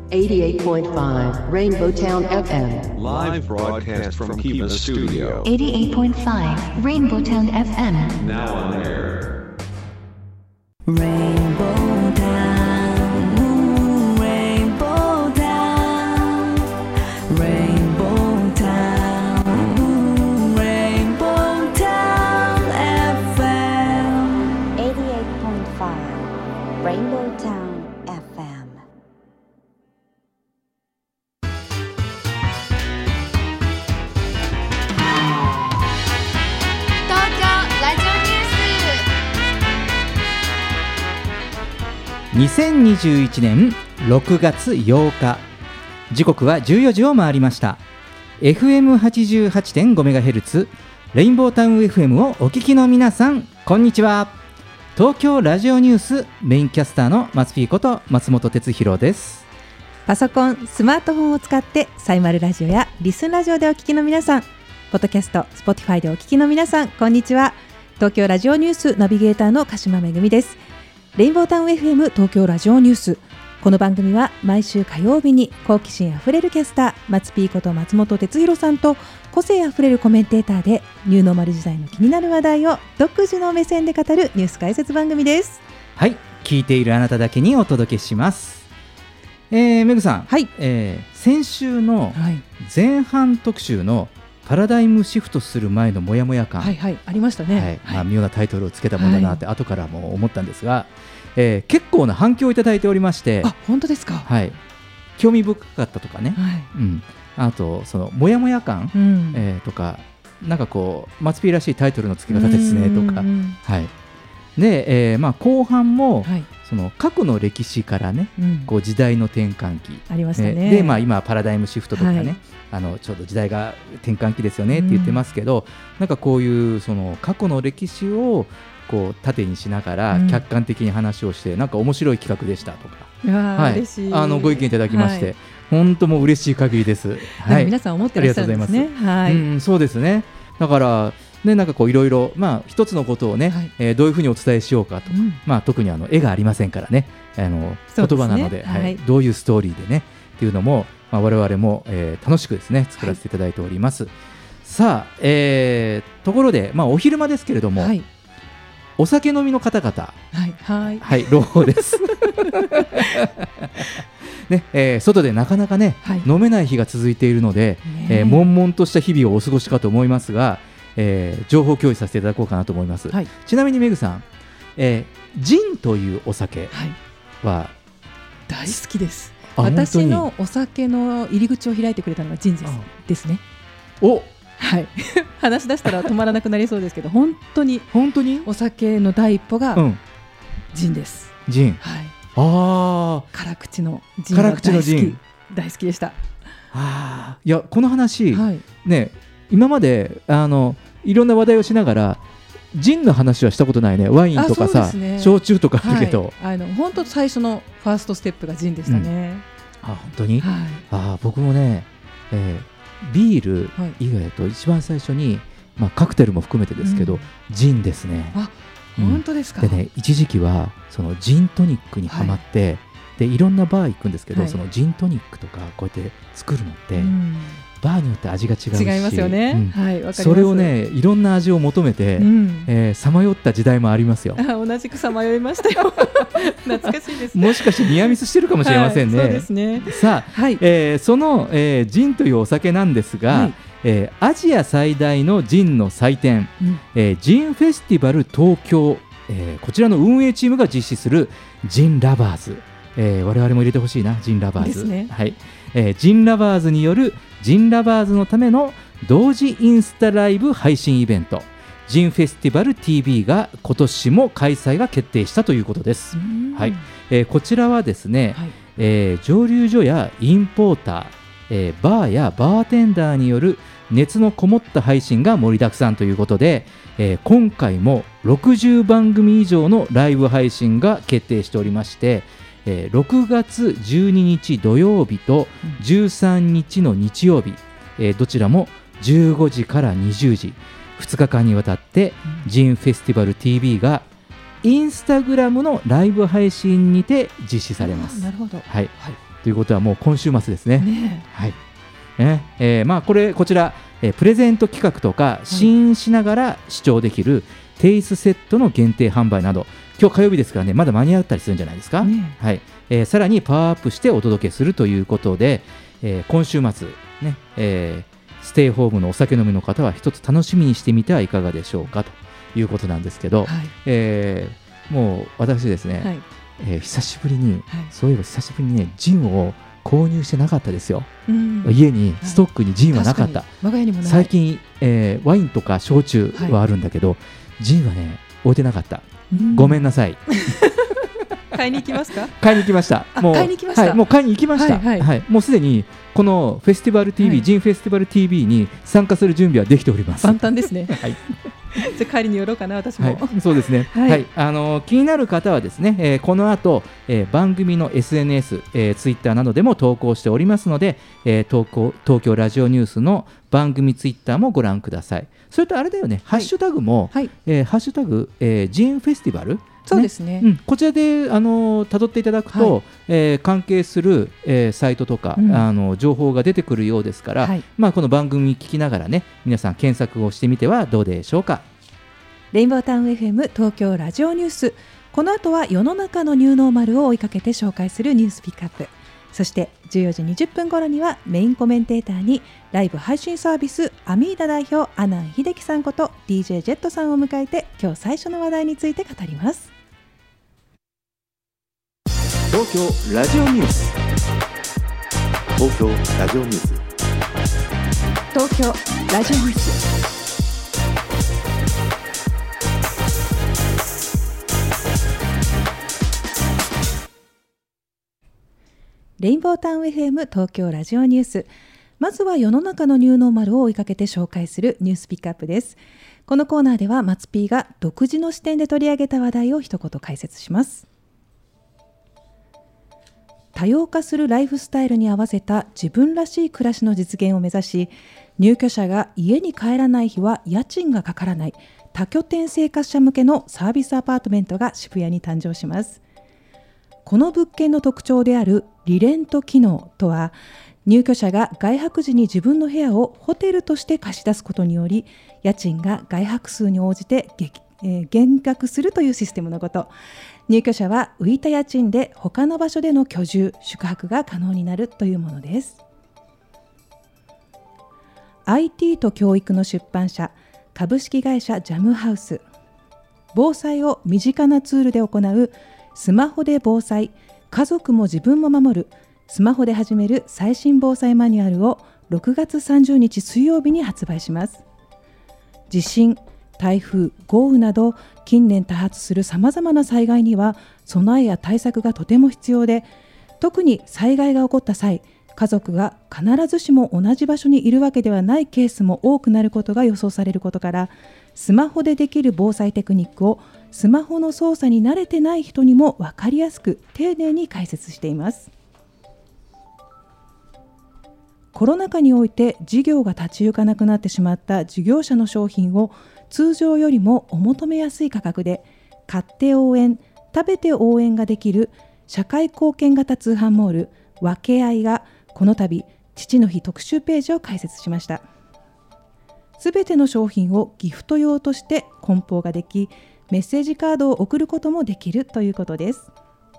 88.5 Rainbow Town FM. Live broadcast from Kiva Studio. 88.5 Rainbow Town FM. Now on air. Rainbow Town, Rainbow Town, Rainbow Town, Rainbow Town FM. 88.5 Rainbow Town FM。 東京ラジオニュース。 2021年6月8日、時刻は14時を回りました。 FM88.5MHz レインボータウン FM をお聞きの皆さん、こんにちは。東京ラジオニュースメインキャスターの松ピーこと松本哲弘です。 パソコン、スマートフォンを使ってサイマルラジオやリスンラジオでお聞きの皆さん、ポッドキャスト、スポティファイでお聞きの皆さん、こんにちは。東京ラジオニュースナビゲーターの鹿島めぐみです。レインボータウン FM 東京ラジオニュース、この番組は毎週火曜日に好奇心あふれるキャスター松ピーこと松本哲弘さんと個性あふれるコメンテーターでニューノーマル時代の気になる話題を独自の目線で語るニュース解説番組です。 はい、聞いているあなただけにお届けします。めぐさん、 はい、 先週の前半特集のパラダイムシフトする前のモヤモヤ感、 はいはい、ありましたね。 はい、妙なタイトルをつけたもんだなって後からも思ったんですが、結構な反響をいただいておりまして。 あ、本当ですか。 はい、興味深かったとかね、はい、あとそのモヤモヤ感、とか、なんかこう松ピーらしいタイトルの付け方ですねとか、はい、で、後半も、はい、その過去の歴史からね、こう時代の転換期ありましたね。 で、今パラダイムシフトとかね、はい、ちょうど時代が転換期ですよねって言ってますけど、なんかこういうその過去の歴史をこう盾にしながら客観的に話をして、なんか面白い企画でしたとか、はい、嬉しいご意見いただきまして、はい、本当もう嬉しい限りです。はい、皆さん思ってらっしゃるんですね。はい、そうですね。だからね、なんかこういろいろ一つのことをね、はい、どういうふうにお伝えしようかと、特に絵がありませんからね、言葉なので、はい、どういうストーリーでねっていうのも、我々も、楽しくですね作らせていただいております。はい、さあ、ところで、お昼間ですけれども、はい、お酒飲みの方々、はいはいはい、朗報ですね、外でなかなかね、はい、飲めない日が続いているので、悶々とした日々をお過ごしかと思いますが、情報共有させていただこうかなと思います。はい、ちなみにめぐさん、ジンというお酒は、 大好きです。私のお酒の入り口を開いてくれたのがジンですね。おはい、話し出したら止まらなくなりそうですけど本当にお酒の第一歩がジンです。 ジン、はい、 辛口のジンが大好きでした。 いや、この話、はい、ね、今までいろんな話題をしながらジンの話はしたことないね。ワインとかさ、焼酎とかあるけど、 はい、本当最初のファーストステップがジンでしたね。 本当に、はい、僕もね、ビール以外だと一番最初に、カクテルも含めてですけど、ジンですね。 本当ですか。 でね、一時期はそのジントニックにハマって、はい、でいろんなバー行くんですけど、そのジントニックとかこうやって作るのって、バーによって味が違うし、 違いますよね。はい、わかります。 それをね、いろんな味を求めてさまよった時代もありますよ。 同じくさまよいましたよ懐かしいですね。 もしかしてニアミスしてるかもしれませんね。 そうですね。 さあ、はい、その、ジンというお酒なんですが、アジア最大のジンの祭典、ジンフェスティバル東京、こちらの運営チームが実施するジンラバーズ、我々も入れてほしいな、ジンラバーズですね。はい、ジンラバーズによるジンラバーズのための同時インスタライブ配信イベント、ジンフェスティバル TV が今年も開催が決定したということです。はい、こちらはですね、はい、蒸留所やインポーター、バーやバーテンダーによる熱のこもった配信が盛りだくさんということで、今回も60番組以上のライブ配信が決定しておりまして、6月12日土曜日と13日の日曜日、どちらも15時から20時2日間にわたってジンフェスティバル TV がインスタグラムのライブ配信にて実施されます。 なるほど。 はい。 ということはもう今週末ですね。 ねはいねまあ、こちら、プレゼント企画とか試飲しながら視聴できるテイスセットの限定販売など、今日火曜日ですからね、まだ間に合ったりするんじゃないですか。 ねはいさらにパワーアップしてお届けするということで、今週末、ねステイホームのお酒飲みの方は一つ楽しみにしてみてはいかがでしょうかということなんですけど、もう私ですね、久しぶりに、そういえば久しぶりにねジンを購入してなかったですよ。家にストックにジンはなかった。 我が家にもない。 最近、ワインとか焼酎はあるんだけど、ジンはね置いてなかった。ごめんなさい。 買いに行きますか？ 買いに行きました。もう買いに行きました。 もう買いに行きました。もうすでにこのフェスティバル TV、ジンフェスティバル TV に参加する準備はできております。 万端ですね。じゃあ帰りに寄ろうかな、私も。 そうですね。気になる方はですね、この後、番組の SNS、ツイッターなどでも投稿しておりますので、東京ラジオニュースの番組ツイッターもご覧ください。それとあれだよね、ハッシュタグも、ハッシュタグ、ジンフェスティバル、 そうですね。 こちらで辿っていただくと、関係する、サイトとか、情報が出てくるようですから、この番組聞きながらね、皆さん検索をしてみてはどうでしょうか。 レインボータウン FM 東京ラジオニュース、この後は世の中のニューノーマルを追いかけて紹介するニュースピックアップ、そして14時20分頃にはメインコメンテーターにライブ配信サービスアミーダ代表阿南秀樹さんこと DJ ジェットさんを迎えて、今日最初の話題について語ります。 東京ラジオニュース、 東京ラジオニュース、 東京ラジオニュース。レインボータウン FM 東京ラジオニュース、まずは世の中のニューノーマルを追いかけて紹介するニュースピックアップです。このコーナーでは松 P が独自の視点で取り上げた話題を一言解説します。多様化するライフスタイルに合わせた自分らしい暮らしの実現を目指し、入居者が家に帰らない日は家賃がかからない多拠点生活者向けのサービスアパートメントが渋谷に誕生します。この物件の特徴であるリレント機能とは、入居者が外泊時に自分の部屋をホテルとして貸し出すことにより、家賃が外泊数に応じて減額するというシステムのこと。入居者は浮いた家賃で他の場所での居住・宿泊が可能になるというものです。IT と教育の出版社株式会社ジャムハウス、防災を身近なツールで行うスマホで防災、家族も自分も守る、スマホで始める最新防災マニュアルを6月30日水曜日に発売します。地震、台風、豪雨など近年多発するさまざまな災害には備えや対策がとても必要で、特に災害が起こった際、家族が必ずしも同じ場所にいるわけではないケースも多くなることが予想されることから、スマホでできる防災テクニックをスマホの操作に慣れてない人にも分かりやすく丁寧に解説しています。コロナ禍において事業が立ち行かなくなってしまった事業者の商品を通常よりもお求めやすい価格で買って応援、食べて応援ができる社会貢献型通販モールわけあいがこの度父の日特集ページを開設しました。すべての商品をギフト用として梱包ができ、メッセージカードを送ることもできるということです。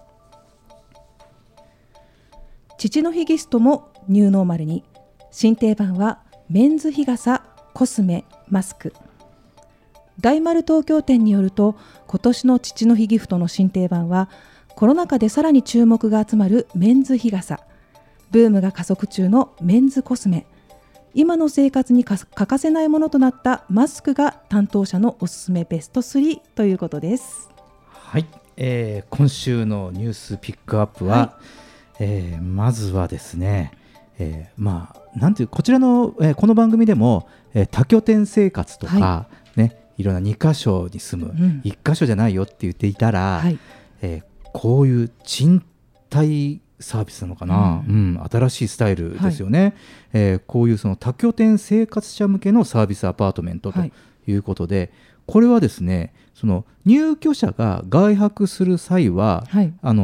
父の日ギストもニューノーマルに。新定番はメンズ日傘、コスメ、マスク。大丸東京店によると、今年の父の日ギフトの新定番はコロナ禍でさらに注目が集まるメンズ日傘、ブームが加速中のメンズコスメ、今の生活に欠かせないものとなったマスクが担当者のおすすめベスト3ということです。 はい、今週のニュースピックアップは、まずはですね、なんていうこちらの、この番組でも、多拠点生活とか、いろんな2カ所に住む、1カ所じゃないよって言っていたら、こういう賃貸サービスなのかな、新しいスタイルですよね。こういうその多拠点生活者向けのサービスアパートメントということで、これはですね、その入居者が外泊する際は、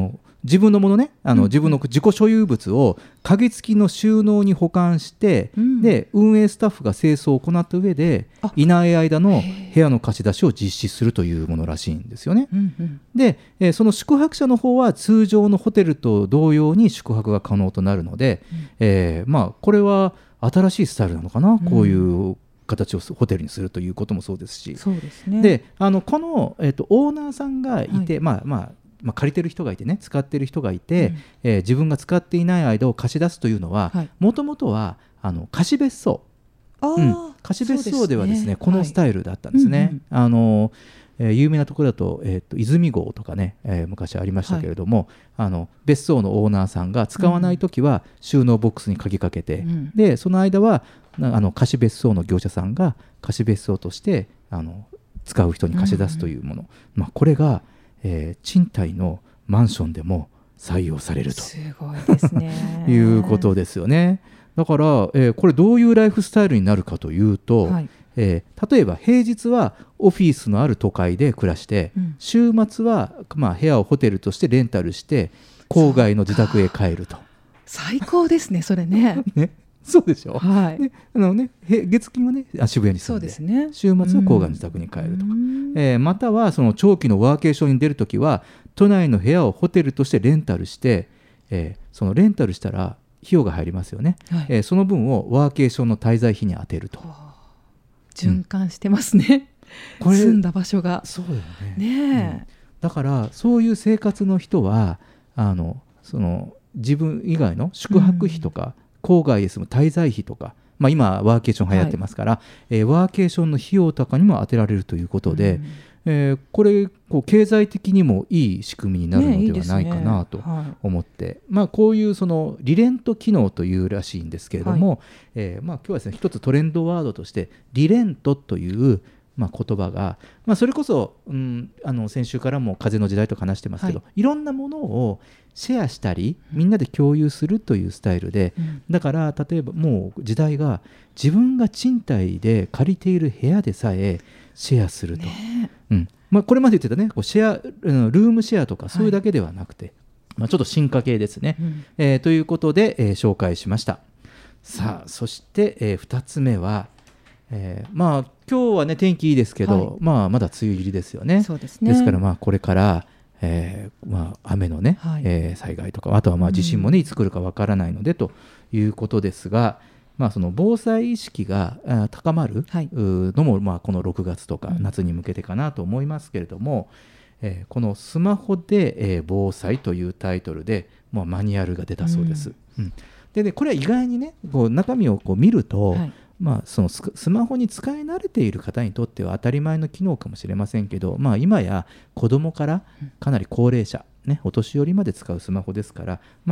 自分のものね、自分の自己所有物を鍵付きの収納に保管して、で運営スタッフが清掃を行った上でいない間の部屋の貸し出しを実施するというものらしいんですよね。で、その宿泊者の方は通常のホテルと同様に宿泊が可能となるので、これは新しいスタイルなのかな、こういう形をホテルにするということもそうですし、 そうですね。 でこの、オーナーさんがいて、借りてる人がいてね、使ってる人がいて、自分が使っていない間を貸し出すというのはもともとは貸別荘、貸別荘ではですね、このスタイルだったんですね。有名なところだと、泉郷とかね、昔ありましたけれども、別荘のオーナーさんが使わないときは収納ボックスに鍵かけて、でその間は貸別荘の業者さんが貸別荘として使う人に貸し出すというもの、これが、賃貸のマンションでも採用されるとすごいですねいうことですよね。だから、これどういうライフスタイルになるかというと、例えば平日はオフィスのある都会で暮らして、週末は、部屋をホテルとしてレンタルして郊外の自宅へ帰ると。 最高ですね、それね。 そうでしょ、月金はね渋谷に住んで、週末は郊外の自宅に帰るとか、またはその長期のワーケーションに出るときは都内の部屋をホテルとしてレンタルして、そのレンタルしたら費用が入りますよね、その分をワーケーションの滞在費に充てると。 循環してますね、これ住んだ場所が。 そうだよね、だからそういう生活の人はその自分以外の宿泊費とか、郊外で住む滞在費とか、今ワーケーション流行ってますから、ワーケーションの費用とかにも充てられるということで、これ経済的にもいい仕組みになるのではないかなと思って、こういうそのリレント機能というらしいんですけれども、今日はですね、一つトレンドワードとしてリレントという言葉が、それこそ、先週からも風の時代と話してますけど、いろんなものをシェアしたりみんなで共有するというスタイルで、だから例えばもう時代が自分が賃貸で借りている部屋でさえシェアすると、これまで言ってたね、シェアルームシェアとかそういうだけではなくて、ちょっと進化系ですね、ということで、紹介しました。さあそして、2つ目は、今日はね天気いいですけど、まだ梅雨入りですよね。 そうですね。 ですからこれから、雨のね、災害とか、あとは地震もね、いつ来るかわからないのでということですが、その防災意識が高まるのも、この6月とか夏に向けてかなと思いますけれども、このスマホで、防災というタイトルで、マニュアルが出たそうです。でね、これは意外にね、中身を見ると、そのスマホに使い慣れている方にとっては当たり前の機能かもしれませんけど、今や子どもからかなり高齢者、お年寄りまで使うスマホですから、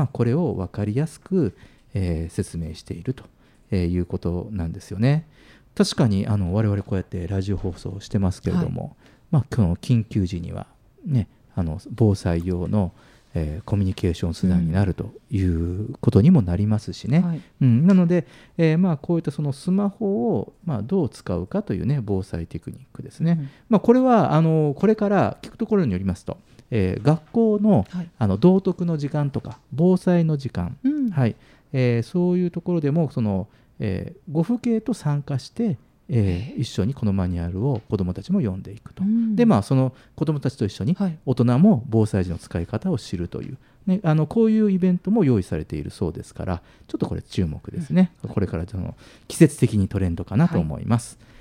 これを分かりやすく、説明しているということなんですよね。確かに我々こうやってラジオ放送をしてますけれども、この緊急時には、防災用のコミュニケーション手段になるということにもなりますしね、なので、こういったそのスマホをどう使うかというね、防災テクニックですね、これはこれから聞くところによりますと、学校の、道徳の時間とか防災の時間、そういうところでもその、ご父兄と参加して一緒にこのマニュアルを子どもたちも読んでいくと、でその子どもたちと一緒に大人も防災時の使い方を知るという、こういうイベントも用意されているそうですから、ちょっとこれ注目ですね、これからその季節的にトレンドかなと思います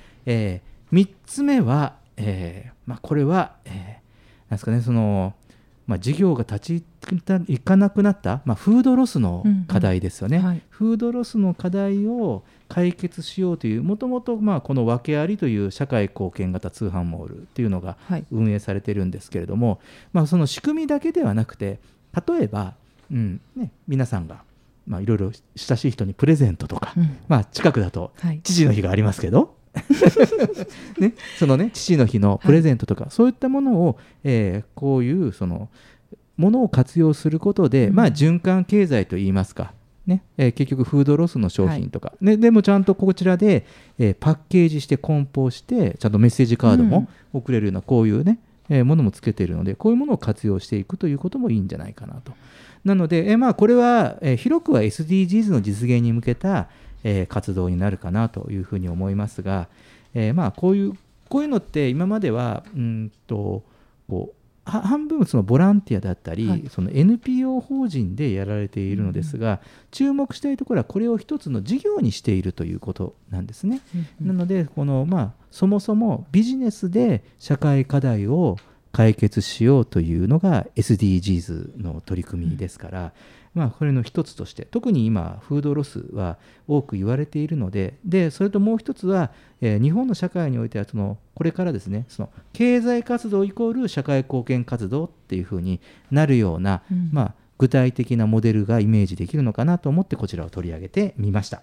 。3つ目は、これは、なんですかね、その事業が立ち行かなくなった、フードロスの課題ですよね、フードロスの課題を解決しようという、もともとこの訳ありという社会貢献型通販モールっていうのが運営されているんですけれども、その仕組みだけではなくて、例えば、皆さんがいろいろ親しい人にプレゼントとか、近くだと父の日がありますけどそのね、父の日のプレゼントとか、そういったものを、こういうそのものを活用することで、循環経済といいますか、結局フードロスの商品とか、でもちゃんとこちらで、パッケージして梱包してちゃんとメッセージカードも送れるような、こういうね、 ものもつけているので、こういうものを活用していくということもいいんじゃないかなと。なので、これは、広くは SDGs の実現に向けた、活動になるかなというふうに思いますが、こういうのって今までは半分そのボランティアだったり、その NPO 法人でやられているのですが、注目したいところはこれを一つの事業にしているということなんですね。なのでそもそもビジネスで社会課題を解決しようというのが SDGs の取り組みですから、これの一つとして、特に今フードロスは多く言われているので、それともう一つは、日本の社会においてはこれからですね、その経済活動イコール社会貢献活動っていうふうになるような、具体的なモデルがイメージできるのかなと思ってこちらを取り上げてみました。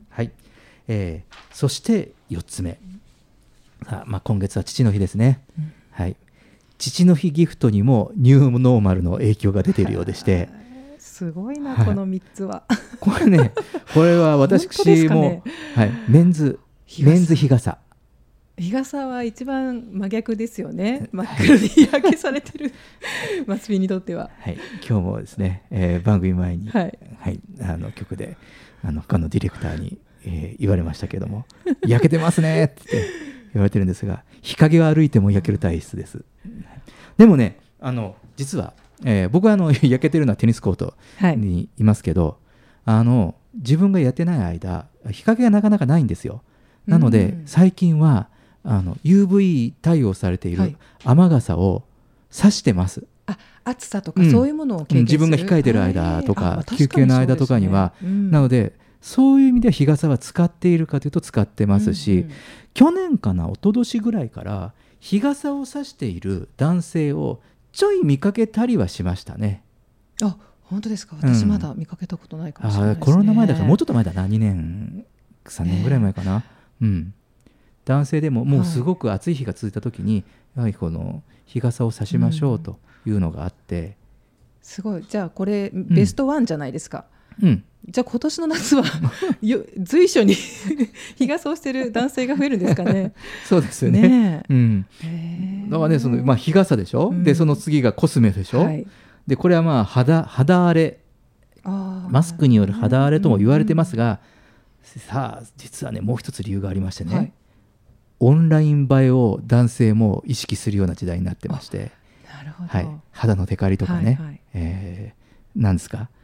そして4つ目、今月は父の日ですね。父の日ギフトにもニューノーマルの影響が出ているようでして、 すごいな、この3つは。 これは私も、メンズ日傘。 日傘は一番真逆ですよね。真っ黒に日焼けされてるマスピにとっては。 今日もですね、番組前に、局で他のディレクターに、言われましたけども焼けてますねって言われてるんですが、日陰を歩いても焼ける体質です。でもね、実は僕は焼けてるのはテニスコートにいますけど、自分がやってない間日陰がなかなかないんですよ。なので最近はUV 対応されている雨傘を差してます。 暑さとかそういうものを経験する、 自分が控えてる間とか、休憩の間とかには、なのでそういう意味では日傘は使っているかというと使ってますし、去年かな、一昨年ぐらいから日傘を差している男性をちょい見かけたりはしましたね。 本当ですか。私まだ見かけたことないかもしれないですね。 コロナ前だからもうちょっと前だな、2年3年ぐらい前かな。男性でももうすごく暑い日が続いた時に、やはりこの日傘を差しましょうというのがあって、 すごい。じゃあこれベストワンじゃないですか。じゃあ今年の夏は随所に日傘をしてる男性が増えるんですかね。 そうですよね。だからね、日傘でしょ、でその次がコスメでしょ、でこれは肌荒れ、マスクによる肌荒れとも言われてますが、さあ実はね、もう一つ理由がありましてね、オンライン映えを男性も意識するような時代になってまして、肌のテカリとかね、なんですか、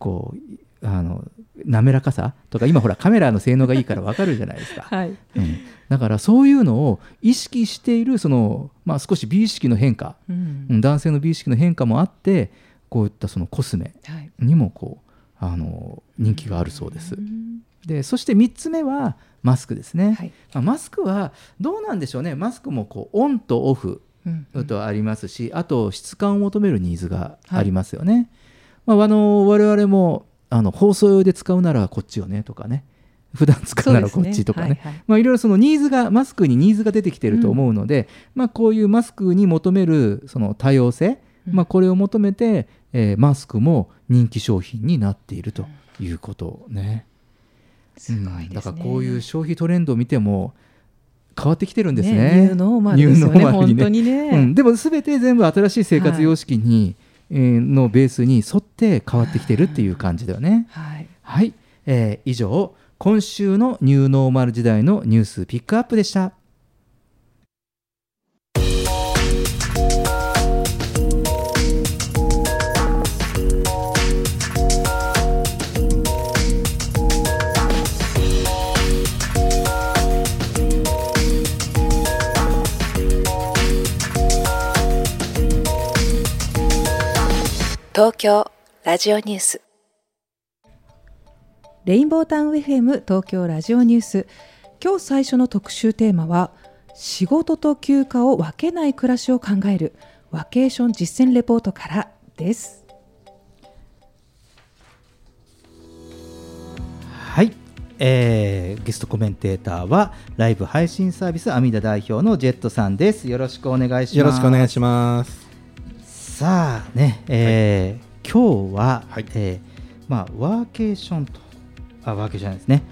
滑らかさとか、今ほらカメラの性能がいいから分かるじゃないですか。だからそういうのを意識している少し美意識の変化、男性の美意識の変化もあって、こういったそのコスメにも人気があるそうです。でそして3つ目はマスクですね。マスクはどうなんでしょうね。マスクもオンとオフとありますし、あと質感を求めるニーズがありますよね。我々も放送用で使うならこっちよねとかね、普段使うならこっちとかね、いろいろそのニーズが、マスクにニーズが出てきていると思うので、こういうマスクに求めるその多様性、これを求めて、マスクも人気商品になっているということね。 すごいですね。 だからこういう消費トレンドを見ても変わってきてるんですね。 ニューノーマルですよね。本当にね。 でも全て全部新しい生活様式に、のベースに沿って変わってきてるっていう感じだよね。以上、今週のニューノーマル時代のニュースピックアップでした。 東京ラジオニュース、 レインボータウン FM 東京ラジオニュース。今日最初の特集テーマは、仕事と休暇を分けない暮らしを考えるワケーション実践レポートからです。 ゲストコメンテーターはライブ配信サービスアミダ代表のジェットさんです。よろしくお願いします。 よろしくお願いします。 さあね、今日は、ワーケーションとワーケーションですね。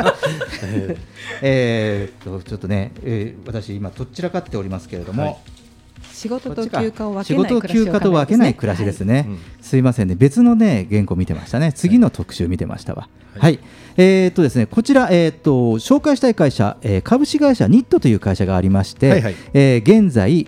ちょっとね、私今どちらかっておりますけれども、 仕事と休暇を分仕けない事と休暇と分けない暮らしですね、すいませんね、別のね原稿見てましたね。次の特集見てましたわ。はい、ですね、こちら、紹介したい会社、株式会社ニットという会社がありまして、現在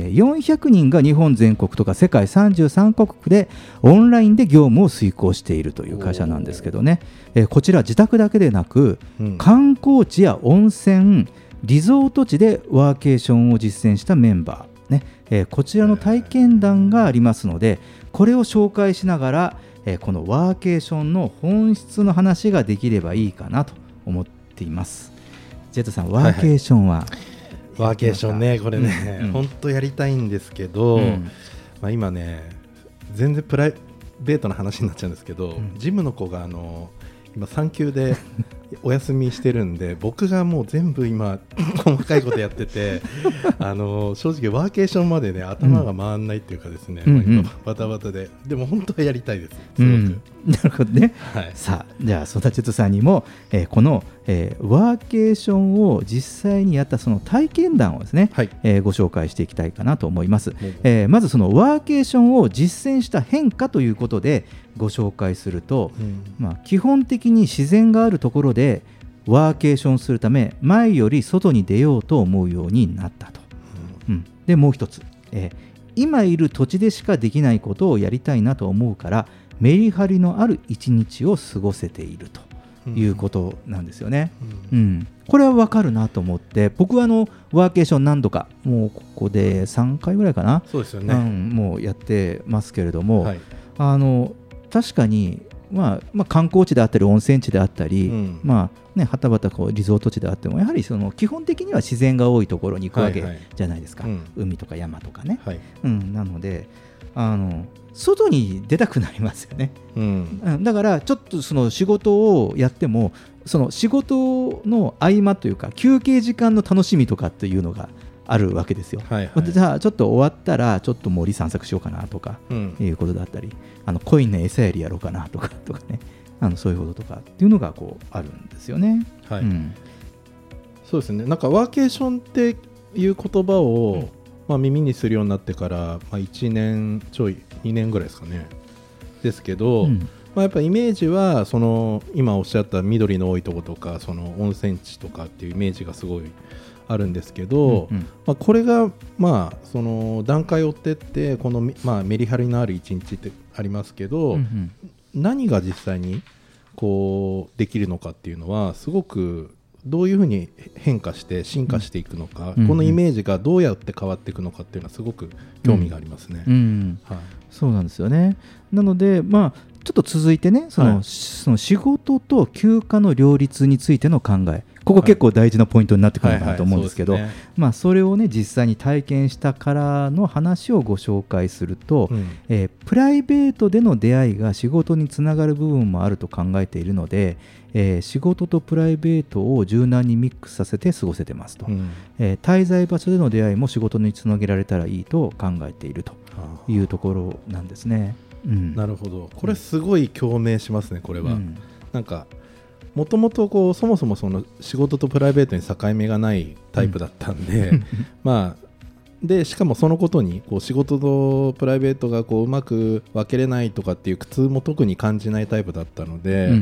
400人が日本全国とか世界33カ国でオンラインで業務を遂行しているという会社なんですけどね、こちら自宅だけでなく、観光地や温泉リゾート地でワーケーションを実践したメンバー、ね、こちらの体験談がありますので、これを紹介しながら、このワーケーションの本質の話ができればいいかなと思っています。ジェットさん、ワーケーションは、 ワーケーションね、これね、本当やりたいんですけど、今ね全然プライベートな話になっちゃうんですけど、ジムの子が今産休でお休みしてるんで、僕がもう全部今細かいことやってて正直ワーケーションまでね頭が回んないっていうかですね、今バタバタでも本当はやりたいです、すごく。 なるほどね、さあじゃあソダチェトさんにも、この、ワーケーションを実際にやったその体験談をですね、ご紹介していきたいかなと思います。まずそのワーケーションを実践した変化ということでご紹介すると、基本的に自然があるところでワーケーションするため前より外に出ようと思うようになったと、でもう一つ、今いる土地でしかできないことをやりたいなと思うからメリハリのある一日を過ごせているということなんですよね。これは分かるなと思って、僕はワーケーション何度かもうここで3回ぐらいかな、 そうですよね、 もうやってますけれども、確かに、観光地であったり温泉地であったり、はたまたリゾート地であってもやはりその基本的には自然が多いところに行くわけじゃないですか、海とか山とかね、なので外に出たくなりますよね、だからちょっとその仕事をやってもその仕事の合間というか休憩時間の楽しみとかっていうのがあるわけですよ。じゃあちょっと終わったらちょっと森散策しようかなとかいうことだったり、コインの餌やりやろうかなとかね、そういうこととかっていうのがこうあるんですよね。 そうですね、なんかワーケーションっていう言葉を、耳にするようになってから、1年ちょい2年ぐらいですかねですけど、やっぱイメージはその今おっしゃった緑の多いところとかその温泉地とかっていうイメージがすごいあるんですけど、これがその段階を追ってってこのメリハリのある一日ってありますけど、何が実際にこうできるのかっていうのはすごくどういうふうに変化して進化していくのか、このイメージがどうやって変わっていくのかっていうのはすごく興味がありますね。 そうなんですよね。なのでちょっと続いてね、その仕事と休暇の両立についての考え、ここ結構大事なポイントになってくるかなと思うんですけど、それをね実際に体験したからの話をご紹介すると、プライベートでの出会いが仕事につながる部分もあると考えているので、仕事とプライベートを柔軟にミックスさせて過ごせてますと、滞在場所での出会いも仕事につなげられたらいいと考えているというところなんですね。 なるほど、これすごい共鳴しますね。これは、なんかもともとそもそもその仕事とプライベートに境目がないタイプだったんで、でしかもそのことに仕事とプライベートがうまく分けれないとかっていう苦痛も特に感じないタイプだったので、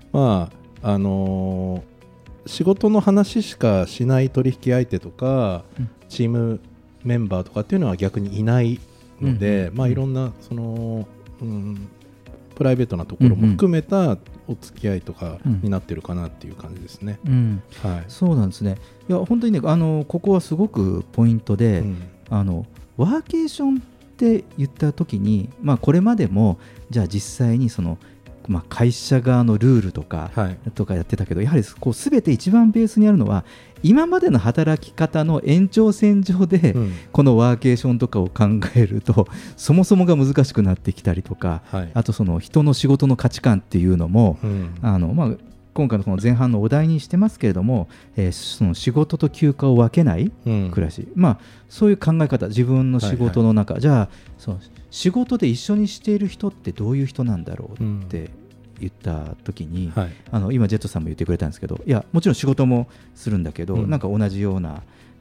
仕事の話しかしない取引相手とか、チームメンバーとかっていうのは逆にいないので、いろんなそのプライベートなところも含めたお付き合いとかになってるかなっていう感じですね。 そうなんですね。いや本当にね、ここはすごくポイントで、ワーケーションって言った時に、これまでもじゃあ実際にその会社側のルールとかやってたけど、やはり全て一番ベースにあるのは今までの働き方の延長線上で、このワーケーションとかを考えるとそもそもが難しくなってきたりとか、あとその人の仕事の価値観っていうのも、今回のこの前半のお題にしてますけれども、その仕事と休暇を分けない暮らし、そういう考え方、自分の仕事の中、じゃあその仕事で一緒にしている人ってどういう人なんだろうって言った時に、今ジェットさんも言ってくれたんですけど、いやもちろん仕事もするんだけど、なんか同じような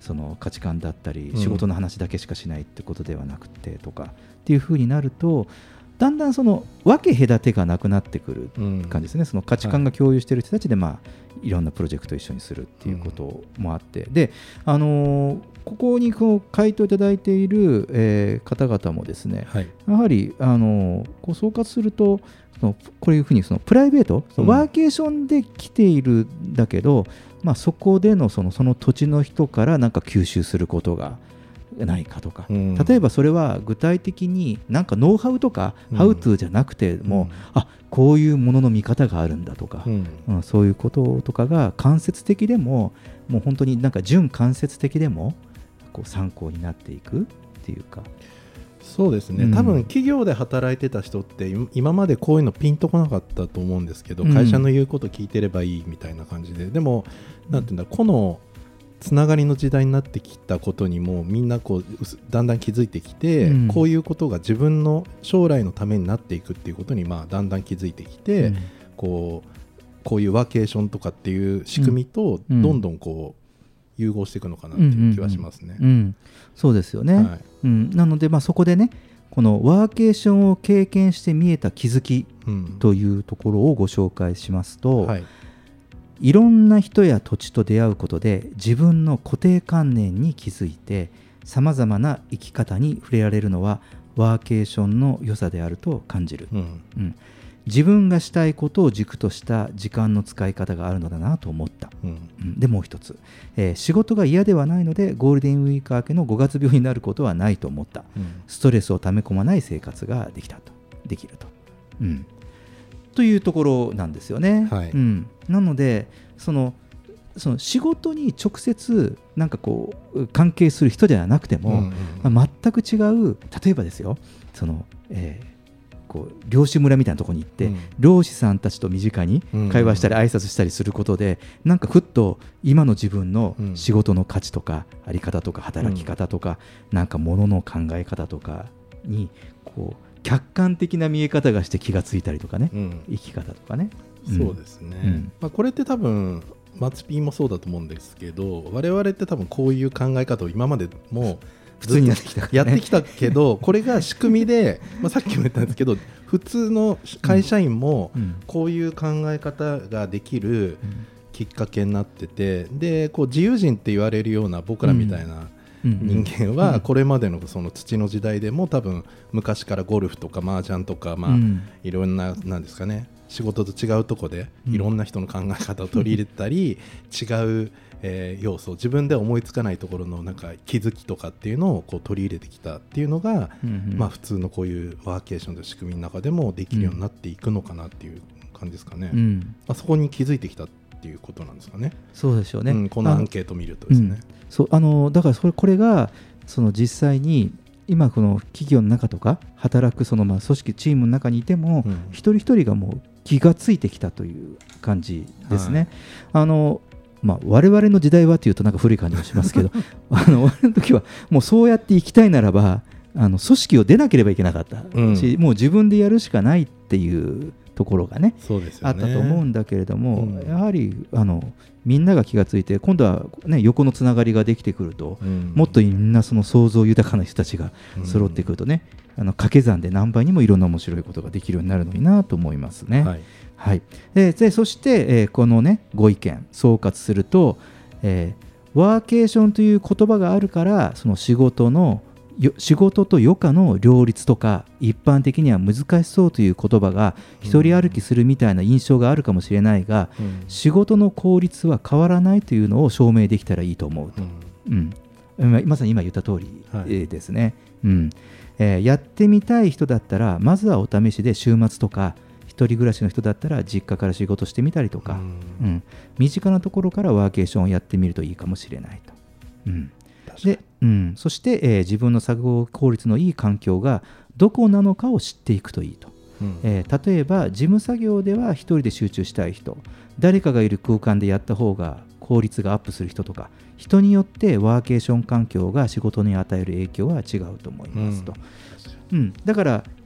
その価値観だったりうん仕事の話だけしかしないってことではなくてとかっていう風になると、だんだんその分け隔てがなくなってくる感じですね。その価値観が共有している人たちで、いろんなプロジェクトを一緒にするっていうこともあって、で、ここにこう回答いただいている、方々もですね、 はい、 やはりこう総括すると、こういうふうにそのプライベート、ワーケーションで来ているんだけど、そこでのその土地の人からなんか吸収することがないかとか、例えばそれは具体的になんかノウハウとかハウトゥーじゃなくても、こういうものの見方があるんだとか、そういうこととかが間接的でも、もう本当になんか純間接的でもこう参考になっていくっていうか。 そうですね、多分企業で働いてた人って今までこういうのピンとこなかったと思うんですけど、会社の言うこと聞いてればいいみたいな感じで、でもなんていうんだ、このつながりの時代になってきたことにもみんなこうだんだん気づいてきて、こういうことが自分の将来のためになっていくっていうことにだんだん気づいてきて、こういうワーケーションとかっていう仕組みとどんどんこう融合していくのかなっていう気はしますね。 そうですよね、はい、なのでそこでね、このワーケーションを経験して見えた気づきというところをご紹介しますと、いろんな人や土地と出会うことで自分の固定観念に気づいて、さまざまな生き方に触れられるのはワーケーションの良さであると感じる、自分がしたいことを軸とした時間の使い方があるのだなと思った、でもう一つ、仕事が嫌ではないのでゴールデンウィーク明けの5月病になることはないと思った、ストレスを溜め込まない生活ができると、というところなんですよね、なのでその仕事に直接なんかこう関係する人ではなくても、全く違う、例えばですよ、こう漁師村みたいなところに行って、漁師さんたちと身近に会話したり挨拶したりすることで、なんかふっと今の自分の仕事の価値とかあり方とか働き方とか、なんか物の考え方とかにこう客観的な見え方がして気がついたりとかね、生き方とかね。 そうですね、これって多分松ピーもそうだと思うんですけど、我々って多分こういう考え方を今までも普通にやってきたからね、 やってきたけど、これが仕組みでさっきも言ったんですけど、普通の会社員もこういう考え方ができるきっかけになってて、でこう自由人って言われるような僕らみたいな人間はこれまでのその土の時代でも多分昔からゴルフとか麻雀とか、いろんな、なんですかね、仕事と違うとこでいろんな人の考え方を取り入れたり、違う要素、自分では思いつかないところのなんか気づきとかっていうのをこう取り入れてきたっていうのが、普通のこういうワーケーションの仕組みの中でもできるようになっていくのかなっていう感じですかね、そこに気づいてきたっていうことなんですかね。 そうでしょうね、 このアンケートを見るとですね、 だからこれがその実際に今この企業の中とか働くその組織チームの中にいても、一人一人がもう気がついてきたという感じですね。我々の時代はというとなんか古い感じがしますけど我々の時はもうそうやっていきたいならば組織を出なければいけなかったし、もう自分でやるしかないっていうところがね、あったと思うんだけれども、やはりみんなが気がついて、今度は、横のつながりができてくると、もっとみんなその想像豊かな人たちが揃ってくるとね、掛け算で何倍にもいろんな面白いことができるようになるのになと思いますね。でそして、このねご意見総括すると、ワーケーションという言葉があるから、その仕事と余暇の両立とか一般的には難しそうという言葉が一人歩きするみたいな印象があるかもしれないが、仕事の効率は変わらないというのを証明できたらいいと思うと、まさに今言った通りですね、やってみたい人だったらまずはお試しで週末とか、一人暮らしの人だったら実家から仕事してみたりとか、身近なところからワーケーションをやってみるといいかもしれないと。でそして、自分の作業効率のいい環境がどこなのかを知っていくといいと、例えば事務作業では一人で集中したい人、誰かがいる空間でやった方が効率がアップする人とか、人によってワーケーション環境が仕事に与える影響は違うと思いますと、だから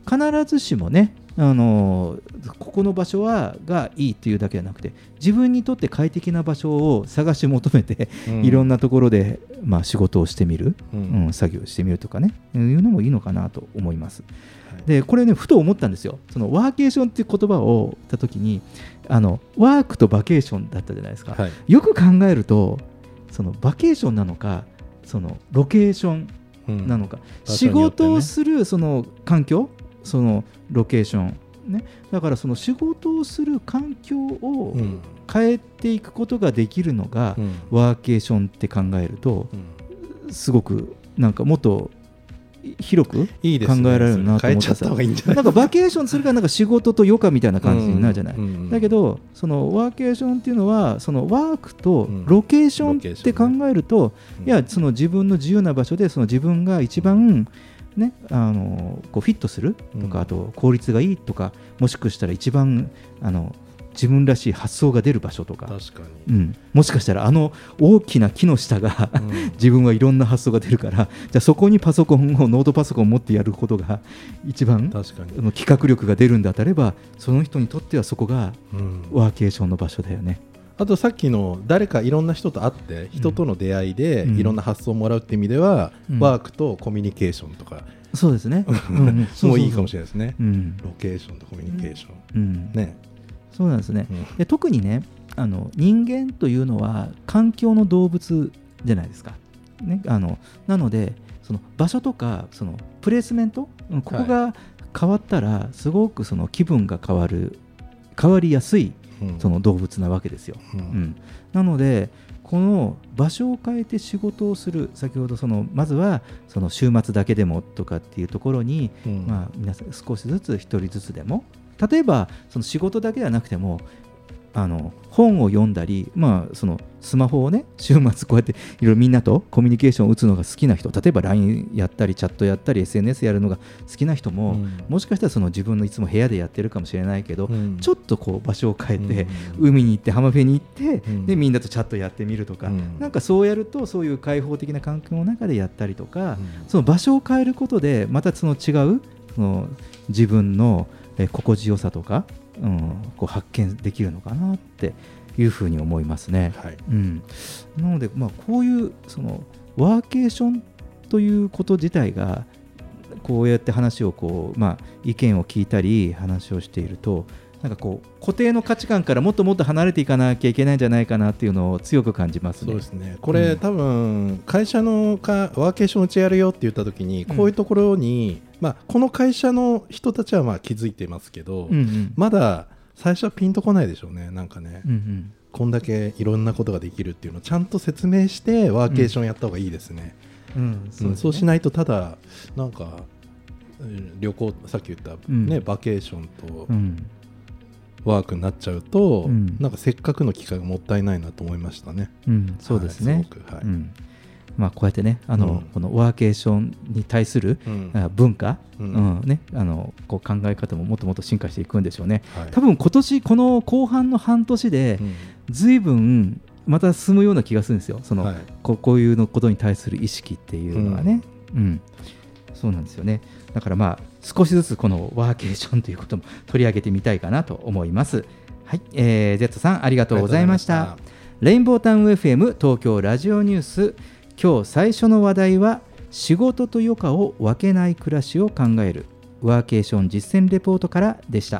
必ずしもねここの場所がいいっていうだけじゃなくて、自分にとって快適な場所を探し求めて、いろんなところで、仕事をしてみる、作業してみるとかね、いうのもいいのかなと思います。でこれね、ふと思ったんですよ。そのワーケーションっていう言葉を言ったときに、ワークとバケーションだったじゃないですか、よく考えるとそのバケーションなのか、そのロケーションなのか、仕事をするその環境、そのロケーション、ね、だからその仕事をする環境を変えていくことができるのが、ワーケーションって考えると、すごくなんかもっと広く考えられるなと思ってさ、なんかバケーションするからなんか仕事と余暇みたいな感じになるじゃない、だけどそのワーケーションっていうのはそのワークとロケーションって考えると、いやその自分の自由な場所でその自分が一番ね、こうフィットするとか、あと効率がいいとか、もしかしたら一番自分らしい発想が出る場所とか、 確かに、 もしかしたら大きな木の下が、自分はいろんな発想が出るから、じゃあそこにノートパソコンを持ってやることが一番企画力が出るんだったらば、その人にとってはそこがワーケーションの場所だよね。 あとさっきの誰かいろんな人と会って人との出会いでいろんな発想をもらうっていう意味では、ワークとコミュニケーションとか、 そうですね、 もういいかもしれないですね、ロケーションとコミュニケーション、ね、 そうなんですね、で特にね人間というのは環境の動物じゃないですか、ね、なのでその場所とかそのプレイスメント、ここが変わったらすごくその気分が変わりやすいその動物なわけですよ、なのでこの場所を変えて仕事をする、先ほどまずはその週末だけでもとかっていうところに、皆さん少しずつ一人ずつでも、例えばその仕事だけではなくても本を読んだり、そのスマホをね週末こうやっていろいろみんなとコミュニケーションを打つのが好きな人、例えば LINE やったりチャットやったり SNS やるのが好きな人も、もしかしたらその自分のいつも部屋でやってるかもしれないけど、ちょっとこう場所を変えて、海に行って浜辺に行って、でみんなとチャットやってみるとか、なんかそうやるとそういう開放的な環境の中でやったりとか、その場所を変えることでまたその違うその自分の心地よさとか、こう発見できるのかなっていうふうに思いますね、なので、こういうそのワーケーションということ自体がこうやって話を意見を聞いたり話をしていると、なんかこう固定の価値観からもっともっと離れていかなきゃいけないんじゃないかなっていうのを強く感じますね。 そうですね。これ、多分会社のワーケーションうちやるよって言った時に、こういうところに、この会社の人たちは気づいていますけど、まだ最初はピンとこないでしょうね。なんかね、こんだけいろんなことができるっていうのをちゃんと説明してワーケーションやった方がいいですね。そうしないとただなんか旅行、さっき言った、バケーションと、ワークになっちゃうと、なんかせっかくの機会がもったいないなと思いましたね。 そうですね。こうやってねこのワーケーションに対する文化、こう考え方ももっともっと進化していくんでしょうね。多分今年この後半の半年で随分また進むような気がするんですよ。こういうのことに対する意識っていうのはね。そうなんですよね。だから少しずつこのワーケーションということも取り上げてみたいかなと思います。はい、Z さんありがとうございました。レインボータウン FM 東京ラジオニュース、今日最初の話題は仕事と余暇を分けない暮らしを考えるワーケーション実践レポートからでした。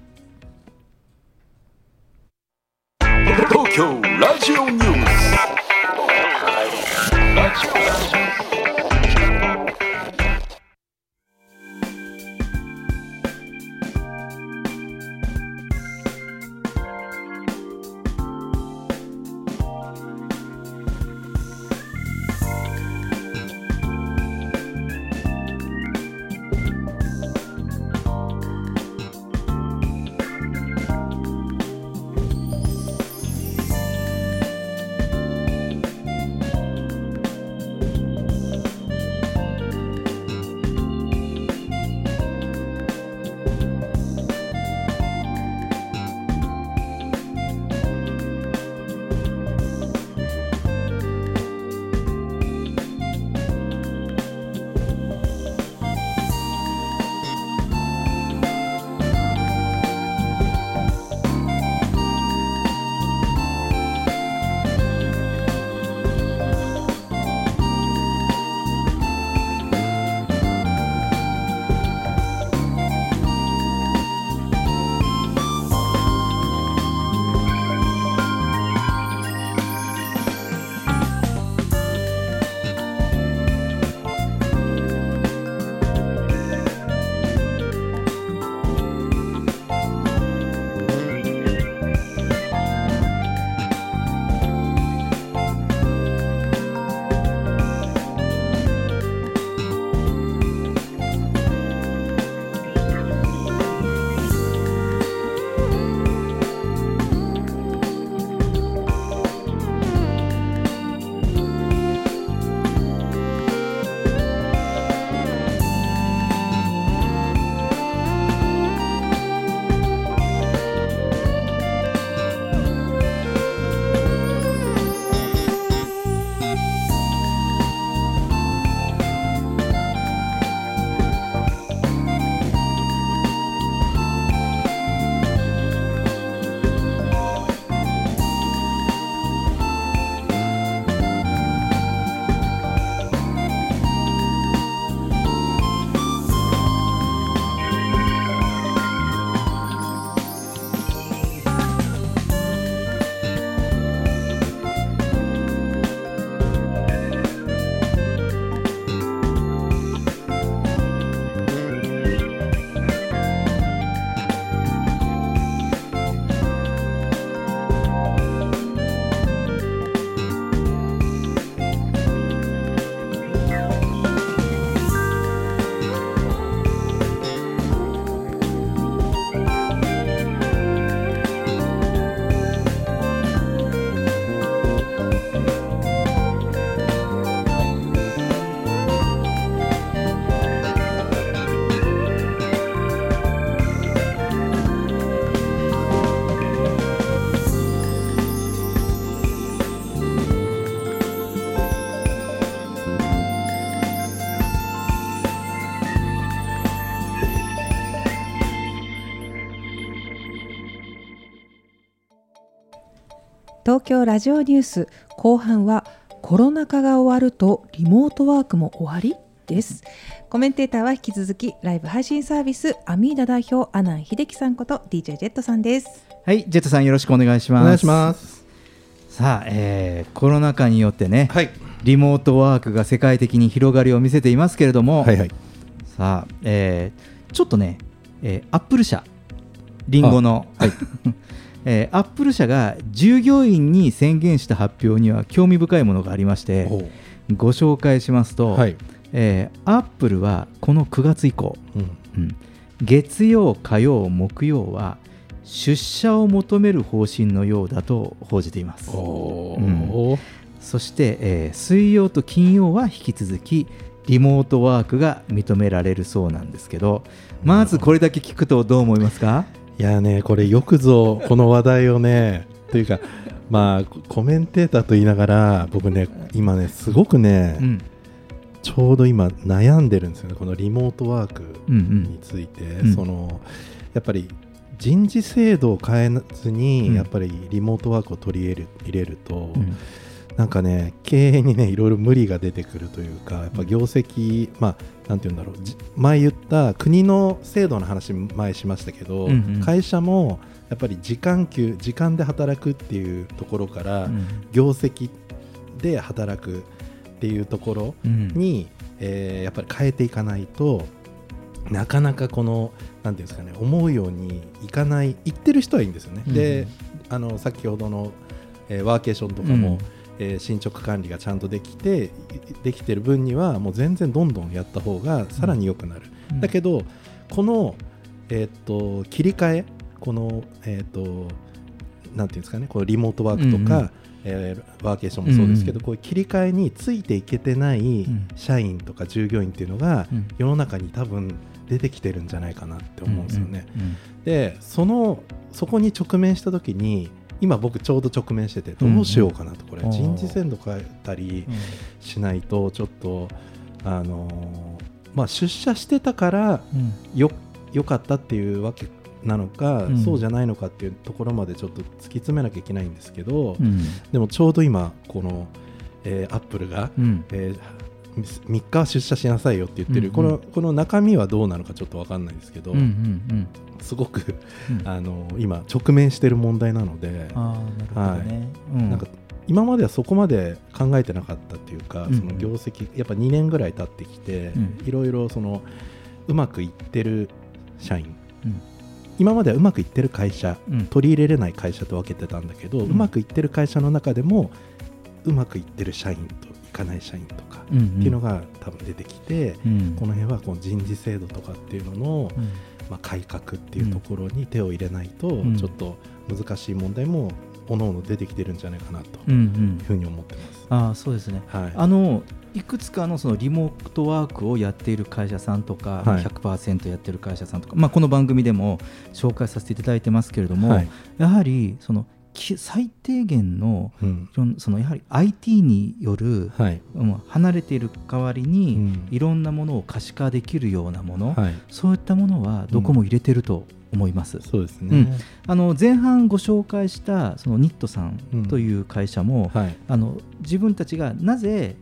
東京ラジオニュース。 東京ラジオニュース後半はコロナ禍が終わるとリモートワークも終わりです。コメンテーターは引き続きライブ配信サービスアミーダ代表阿南秀樹さんこと DJ ジェットさんです。 はい、ジェットさんよろしくお願いします。 お願いします。 さあ、コロナ禍によってね、 はい、 リモートワークが世界的に広がりを見せていますけれども、 はいはい、 さあ、ちょっとね、アップル社リンゴの、はいアップル社が従業員に宣言した発表には興味深いものがありまして、ご紹介しますと、はい、アップルはこの9月以降、月曜火曜木曜は出社を求める方針のようだと報じています。そして、水曜と金曜は引き続きリモートワークが認められるそうなんですけど、まずこれだけ聞くとどう思いますか？ いやね、これよくぞこの話題をねというか、まあコメンテーターと言いながら僕ね今ねすごくね、ちょうど今悩んでるんですよね、このリモートワークについて。やっぱり人事制度を変えずに、やっぱりリモートワークを取り入れると、なんかね経営にねいろいろ無理が出てくるというか、やっぱ業績、なんていうんだろう、前言った国の制度の話前しましたけど、会社もやっぱり時間で働くっていうところから、業績で働くっていうところに、やっぱり変えていかないとなかなかこのなんていうんですかね、思うようにいかない。言ってる人はいいんですよね。で、先ほどの、ワーケーションとかも、進捗管理がちゃんとできてる分にはもう全然どんどんやった方がさらに良くなる。だけどこの、切り替え、この、なんていうんですかね、このリモートワークとか、ワーケーションもそうですけど、こういう切り替えについていけてない社員とか従業員っていうのが世の中に多分出てきてるんじゃないかなって思うんですよね。で、そこに直面した時に今僕ちょうど直面してて、どうしようかなと、これ人事制度変えたりしないとちょっと出社してたからよかったっていうわけなのか、そうじゃないのかっていうところまでちょっと突き詰めなきゃいけないんですけど、でもちょうど今この、アップルが、3日は出社しなさいよって言ってる、この中身はどうなのかちょっと分かんないですけど、すごく、今直面している問題なので、なんか今まではそこまで考えてなかったっていうか、その業績やっぱ2年ぐらい経ってきて、いろいろうまくいってる社員、今まではうまくいってる会社、取り入れれない会社と分けてたんだけど、うまくいってる会社の中でもうまくいってる社員といかない社員とかっていうのが多分出てきて、この辺はこの人事制度とかっていうのの、改革っていうところに手を入れないと、ちょっと難しい問題もおのおの出てきてるんじゃないかなというふうに思ってます。 そうですね、いくつかのそのリモートワークをやっている会社さんとか、100% やっている会社さんとか、この番組でも紹介させていただいてますけれども、やはりその最低限の、そのやはり IT による、離れている代わりに、いろんなものを可視化できるようなもの、そういったものはどこも入れてると思います。 そうですね。 前半ご紹介したそのニットさんという会社も、自分たちがなぜ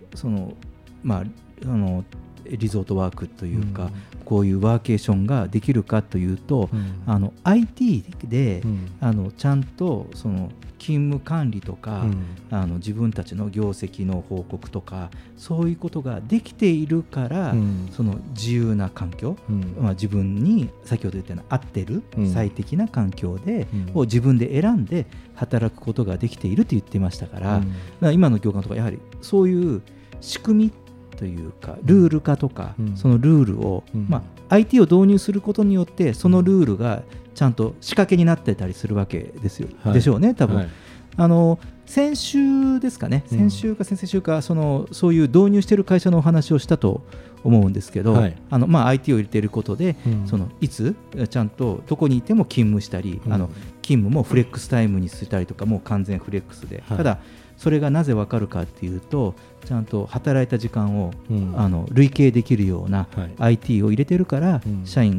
リゾートワークというか、こういうワーケーションができるかというと、IT で、ちゃんとその勤務管理とか、自分たちの業績の報告とか、そういうことができているから、その自由な環境、自分に先ほど言ったような合ってる最適な環境で、を自分で選んで働くことができていると言っていましたから、だから今の業界とかやはりそういう仕組みというかルール化とか、そのルールを、IT を導入することによってそのルールがちゃんと仕掛けになってたりするわけですよ、でしょうね多分、先週ですかね、先週か先々週かそういう導入している会社のお話をしたと思うんですけど、IT を入れていることで、いつちゃんとどこにいても勤務したり、勤務もフレックスタイムにしたりとか、もう完全フレックスで、ただそれがなぜ分かるかっていうと、ちゃんと働いた時間を、累計できるような IT を入れてるから、社員が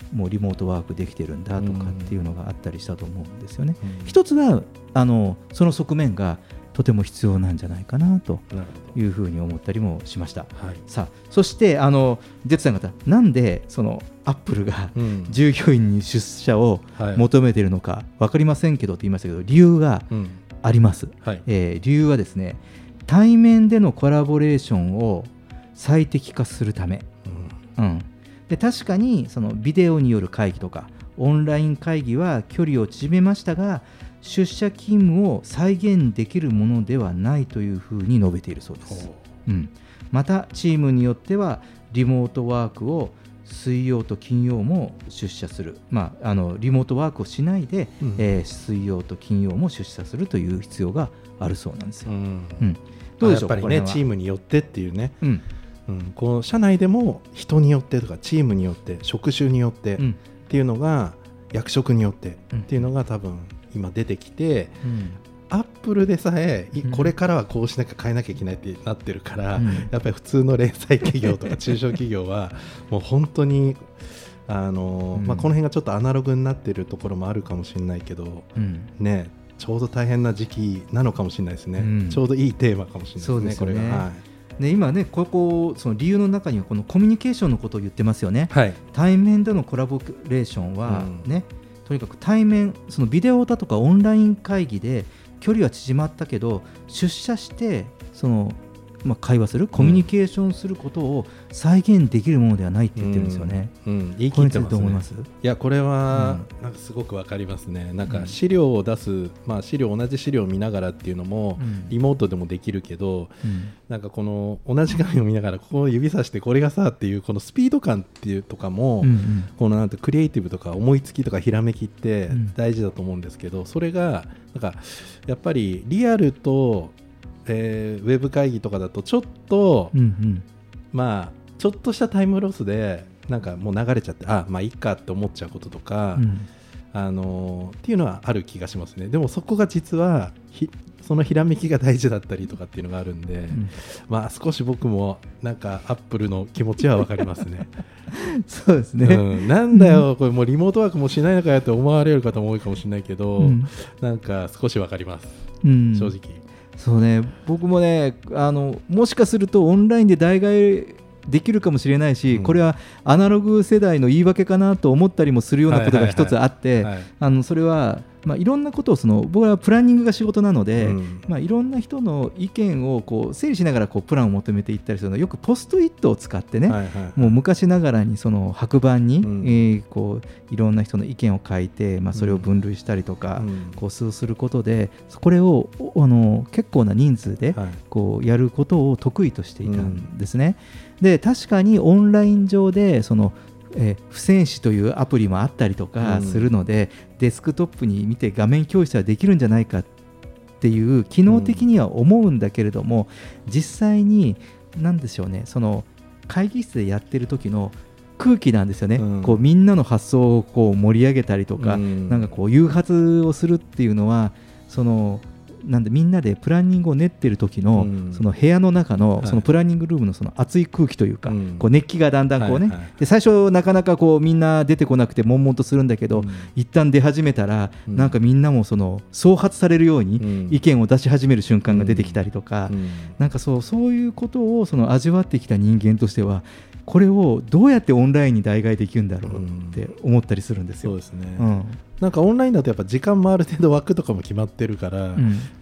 もうリモートワークできてるんだとかっていうのがあったりしたと思うんですよね。一つはその側面がとても必要なんじゃないかなというふうに思ったりもしました。さあそしてジェットさん方、なんでそのアップルが従業員に出社を求めているのか分かりませんけどって言いましたけど、理由があります。理由はですね、対面でのコラボレーションを最適化するため、で確かにそのビデオによる会議とかオンライン会議は距離を縮めましたが、出社勤務を再現できるものではないというふうに述べているそうです。またチームによってはリモートワークを水曜と金曜も出社する、リモートワークをしないで、水曜と金曜も出社するという必要があるそうなんですよ。どうでしょう。 やっぱりね、チームによってっていうね、この社内でも人によってとかチームによって職種によってっていうのが、役職によってっていうのが多分今出てきて、アップルでさえこれからはこうしなきゃ変えなきゃいけないってなってるから、やっぱり普通の零細企業とか中小企業はもう本当にこの辺がちょっとアナログになってるところもあるかもしれないけど、ね、ちょうど大変な時期なのかもしれないですね。ちょうどいいテーマかもしれないですね、これが。 今ね、その理由の中にはこのコミュニケーションのことを言ってますよね。対面でのコラボレーションはね、とにかく対面、そのビデオだとかオンライン会議で距離は縮まったけど、出社してその、会話するコミュニケーションすることを再現できるものではないって言ってるんですよね。 言い切ってますね。 どう思います？ いや、これはなんかすごくわかりますね。なんか資料を出す、同じ資料を見ながらっていうのもリモートでもできるけど、なんかこの同じ画面を見ながらここを指さしてこれがさっていうこのスピード感っていうとかも、このなんてクリエイティブとか思いつきとかひらめきって大事だと思うんですけど、それがなんかやっぱりリアルとウェブ会議とかだとちょっと、ちょっとしたタイムロスでなんかもう流れちゃって、いいかって思っちゃうこととか、っていうのはある気がしますね。でもそこが実はそのひらめきが大事だったりとかっていうのがあるんで、少し僕もなんかアップルの気持ちは分かりますね。 そうですね、 なんだよこれもうリモートワークもしないのかよって思われる方も多いかもしれないけど、なんか少し分かります、正直。 そうね、僕もね、もしかするとオンラインで代替できるかもしれないし、これはアナログ世代の言い訳かなと思ったりもするようなことが一つあって、それはいろんなことを僕はプランニングが仕事なので、いろんな人の意見を整理しながらプランを求めていったりするのは、よくポストイットを使ってね、もう昔ながらにその白板に、いろんな人の意見を書いて、それを分類したりとか、そうすることでこれを結構な人数でやることを得意としていたんですね。で確かにオンライン上でその付箋紙というアプリもあったりとかするので、デスクトップに見て画面共有はできるんじゃないかっていう機能的には思うんだけれども、実際に何でしょうね、その会議室でやってる時の空気なんですよね。みんなの発想を盛り上げたりとか、なんか誘発をするっていうのは、そのなんでみんなでプランニングを練ってる時の、その部屋の中のそのプランニングルームのその熱い空気というか、熱気がだんだんで最初なかなかみんな出てこなくて悶々とするんだけど、一旦出始めたら、なんかみんなもその創発されるように意見を出し始める瞬間が出てきたりとか、なんかそういうことをその味わってきた人間としては、これをどうやってオンラインに代替できるんだろうって思ったりするんですよ。 そうですね、なんかオンラインだとやっぱ時間もある程度枠とかも決まってるから、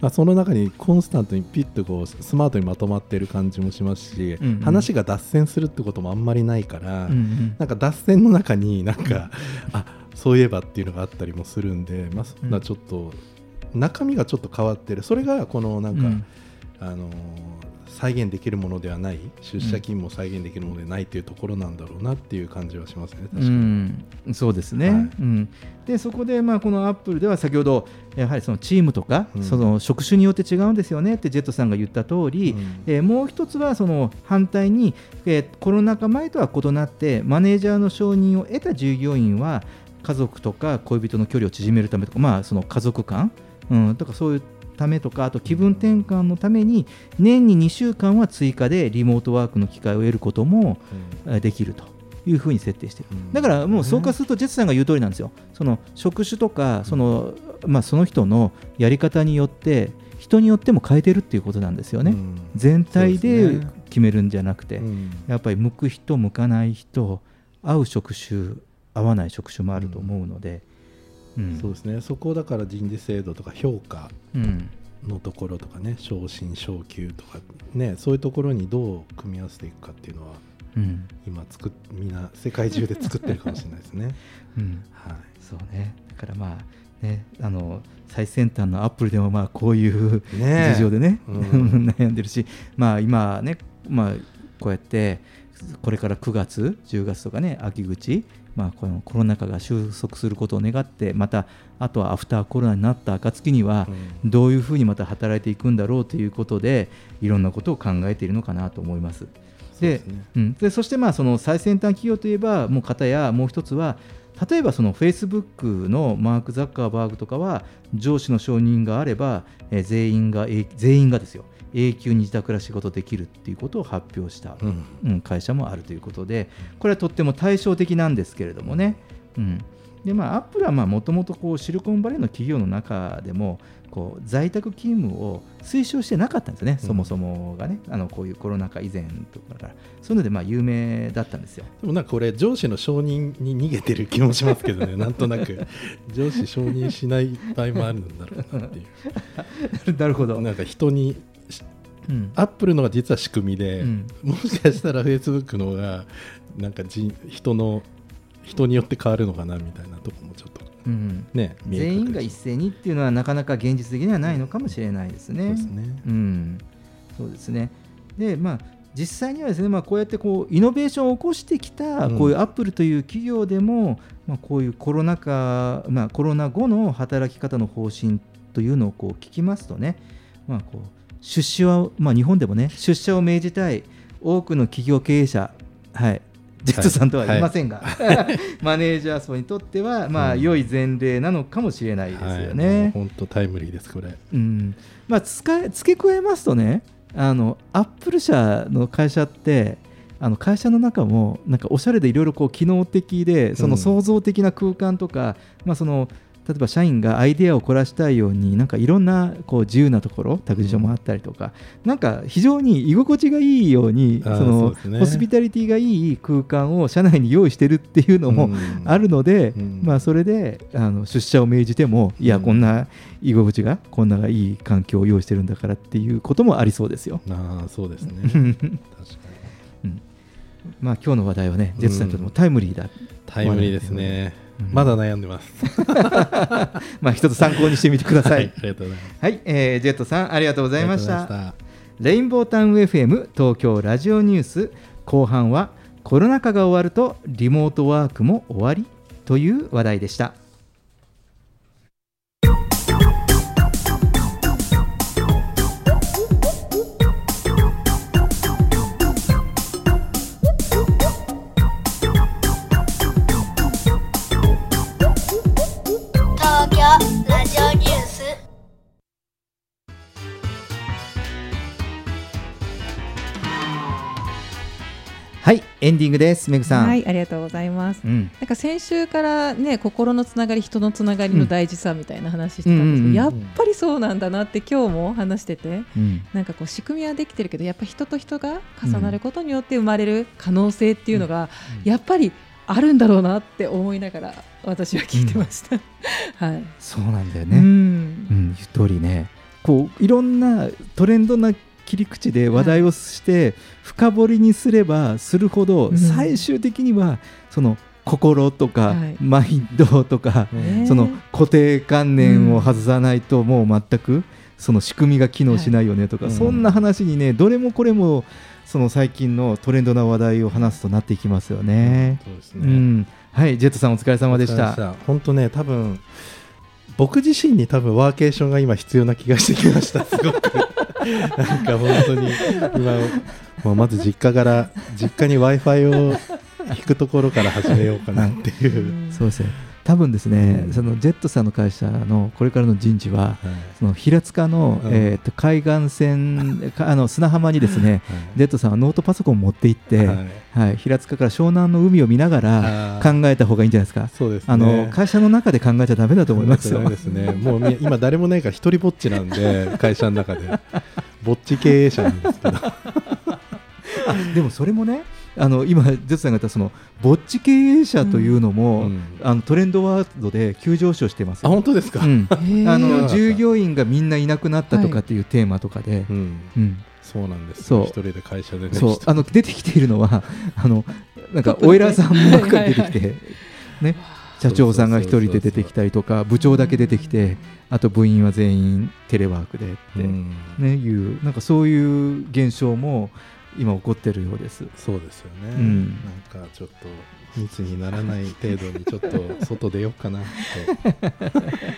その中にコンスタントにピッとスマートにまとまってる感じもしますし、話が脱線するってこともあんまりないから、なんか脱線の中になんかそういえばっていうのがあったりもするんで、そんなちょっと中身がちょっと変わってる。それがこのなんか、再現できるものではない、出社勤務を再現できるものではないっていうところなんだろうなっていう感じはしますね。確かに、 そうですね、でそこでこのアップルでは先ほどやはりそのチームとか、その職種によって違うんですよねってジェットさんが言った通り、もう一つはその反対に、コロナ禍前とは異なってマネージャーの承認を得た従業員は家族とか恋人の距離を縮めるためとか、その家族間、とかそういうためとか、あと気分転換のために年に2週間は追加でリモートワークの機会を得ることもできるというふうに設定してる。だからもう総括するとジェットさんが言う通りなんですよ。その職種とかその人のやり方によって人によっても変えてるっていうことなんですよね。全体で決めるんじゃなくて、やっぱり向く人向かない人、合う職種合わない職種もあると思うので、 そうですね。そこだから人事制度とか評価のところとかね、昇進昇給とかね、そういうところにどう組み合わせていくかっていうのは、今みんな世界中で作ってるかもしれないですね。 そうね。だからね、最先端のアップルでもこういう事情でね、悩んでるし、今ね、こうやってこれから9月10月とかね、秋口、このコロナ禍が収束することを願って、またあとはアフターコロナになった暁にはどういうふうにまた働いていくんだろうということで、いろんなことを考えているのかなと思います。でそしてその最先端企業といえば、もう片やもう一つは、例えばそのフェイスブックのマーク・ザッカーバーグとかは、上司の承認があれば全員がですよ、永久に自宅から仕事できるっていうことを発表した会社もあるということで、これはとっても対照的なんですけれどもね。でアップルはもともとシリコンバレーの企業の中でも在宅勤務を推奨してなかったんですよね、そもそもがね、こういうコロナ禍以前とかから、そういうので有名だったんですよ。 でもこれ上司の承認に逃げてる気もしますけどね。なんとなく上司承認しない場合もあるんだろうなっていう。なるほど。人にアップルのが実は仕組みで、もしかしたらフェイスブックのが人によって変わるのかなみたいなところもちょっと、 全員が一斉にっていうのはなかなか現実的にはないのかもしれないですね。そうですね。で実際にはですね、こうやってイノベーションを起こしてきたこういうアップルという企業でも、こういうコロナ禍、コロナ後の働き方の方針というのを聞きますとね、出資は、日本でもね、出社を命じたい多くの企業経営者、ジェットさんとは言いませんが、マネージャー層にとっては、良い前例なのかもしれないですよね。 本当タイムリーですこれ。 付け加えますとね、アップル社の会社って会社の中もおしゃれでいろいろ機能的で、その創造的な空間とか、例えば社員がアイデアを凝らしたいようにいろんな自由なところ、託児所もあったりとか、非常に居心地がいいように、ホスピタリティがいい空間を社内に用意してるっていうのもあるので、それで出社を命じても、いやこんな居心地がこんないい環境を用意してるんだからっていうこともありそうですよ。 そうですね。確かに。 今日の話題はね、ジェットさんにとってもタイムリーだ。 タイムリーですね。まだ悩んでます。 一つ参考にしてみてください。 ありがとうございます。 ジェットさんありがとうございました。レインボータウン FM 東京ラジオニュース、後半はコロナ禍が終わるとリモートワークも終わりという話題でした。はい、エンディングです。めぐさん。 はい、ありがとうございます。先週からね、心のつながり、人のつながりの大事さみたいな話してたんですけど、やっぱりそうなんだなって今日も話してて、仕組みはできてるけど、やっぱ人と人が重なることによって生まれる可能性っていうのが、やっぱりあるんだろうなって思いながら私は聞いてました。 そうなんだよね。一人ね、いろんなトレンドな切り口で話題をして深掘りにすればするほど、最終的にはその心とかマインドとか、その固定観念を外さないともう全くその仕組みが機能しないよねとか、そんな話にね、どれもこれもその最近のトレンドな話題を話すとなっていきますよね。 そうですね。 はい、ジェットさんお疲れ様でした。 本当ね、多分僕自身にワーケーションが今必要な気がしてきました。すごく本当に今まず実家に Wi-Fi を引くところから始めようかなっていう。 そうですね。 多分ですね、そのジェットさんの会社のこれからの人事は、その平塚の、海岸線砂浜にですね、ジェットさんはノートパソコンを持って行って、平塚から湘南の海を見ながら考えた方がいいんじゃないですか。 そうですね、 会社の中で考えちゃダメだと思いますよ。 そうですね、もう今誰もないから一人ぼっちなんで会社の中でぼっち経営者なんですけどでもそれもね、今ジェットさんが言ったそのぼっち経営者というのも、トレンドワードで急上昇してますよ。 本当ですか。 従業員がみんないなくなったとかっていうテーマとかで、 そうなんですよ。一人で会社でね、 出てきているのはなんかお偉さんばっかり出てきてね、社長さんが一人で出てきたりとか、部長だけ出てきて、あと部員は全員テレワークでっていうなんかそういう現象も今起こってるようです。 そうですよね、なんかちょっと密にならない程度にちょっと外出ようかなって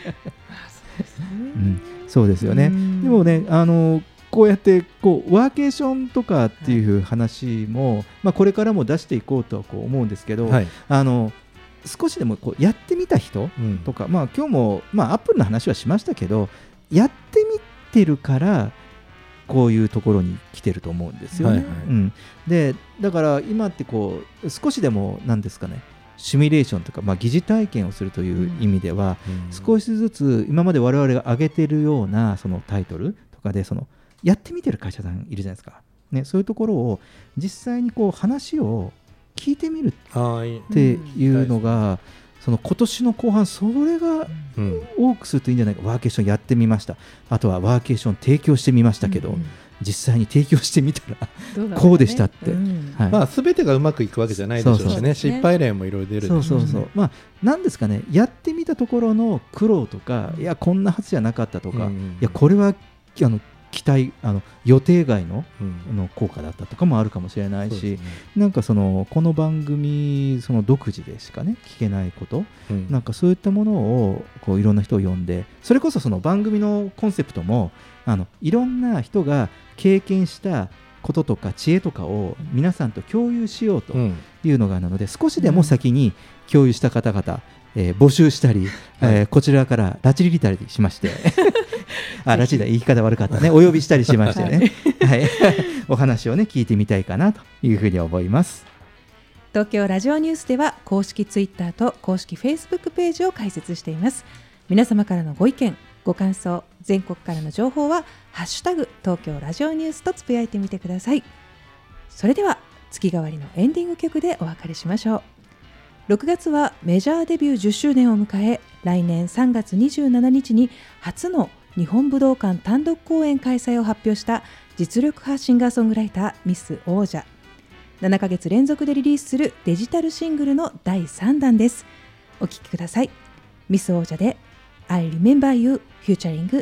そうですよね。でもね、こうやってワーケーションとかっていう話も、これからも出していこうとは思うんですけど、少しでもやってみた人とか、今日もアップルの話はしましたけど、やってみてるからこういうところに来てると思うんですよね。でだから今って少しでも何ですかね、シミュレーションとか、疑似体験をするという意味では、少しずつ今まで我々が上げてるようなそのタイトルとかでやってみてる会社さんいるじゃないですか、ね、そういうところを実際に話を聞いてみるっていうのが、その今年の後半それが多くするといいんじゃないか。ワーケーションやってみました、あとはワーケーション提供してみましたけど、実際に提供してみたらこうでしたって、 全てがうまくいくわけじゃないでしょうしね、失敗例もいろいろ出るでしょうし、 なんですかね、やってみたところの苦労とか、いやこんなはずじゃなかったとか、いやこれは期待予定外の効果だったとかもあるかもしれないし、なんかこの番組独自でしかね聞けないこと、なんかそういったものをいろんな人を呼んで、それこそ番組のコンセプトもいろんな人が経験したこととか知恵とかを皆さんと共有しようというのがなので、少しでも先に共有した方々、募集したり、こちらから拉致りたりしまして拉致だ、言い方悪かったね、お呼びしたりしましてねお話をね聞いてみたいかなというふうに思います。 東京ラジオニュースでは公式ツイッターと公式フェイスブックページを開設しています。皆様からのご意見ご感想、全国からの情報はハッシュタグ東京ラジオニュースとつぶやいてみてください。それでは月替わりのエンディング曲でお別れしましょう。6月はメジャーデビュー10周年を迎え、来年3月27日に初の日本武道館単独公演開催を発表した実力派シンガーソングライターミス王者。7ヶ月連続でリリースするデジタルシングルの第3弾です。お聴きください。ミス王者で I Remember You Featuring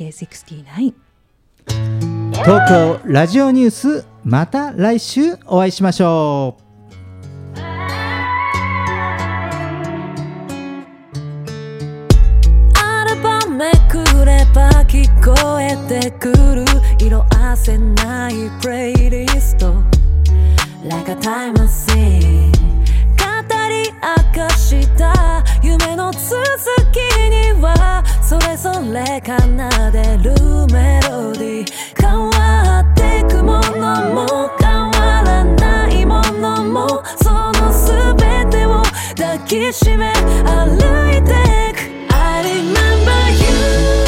AK69。 東京ラジオニュース、また来週お会いしましょう。 聞こえてくる色あせないプレイリスト Like a time machine 語り明かした夢の続きにはそれぞれ奏でるメロディー、変わってくものも変わらないものもその全てを抱きしめ歩いてく I remember you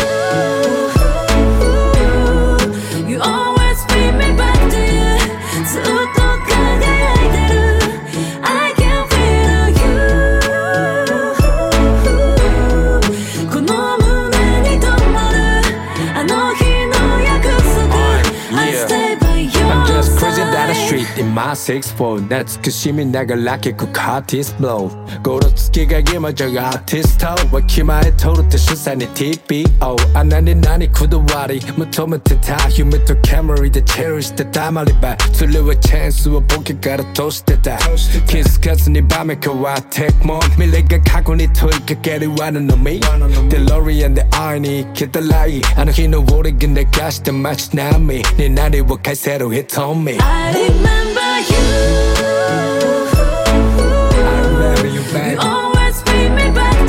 In my 6-4懐かしみながら結構カーティスブローゴロつきが今じゃアーティストわきまえとるって主催に TPO 穴に何こだわり求めてた夢と煙でチェリしてたまり場それはチャンスをボケから通してた気づかずに場面変わってくもん未来が過去に問いかける罠の実デロリアンで会いに行けたらいいあの日の俺が流した街並みに何を返せる瞳 I remember you I remember you baby You always bring me back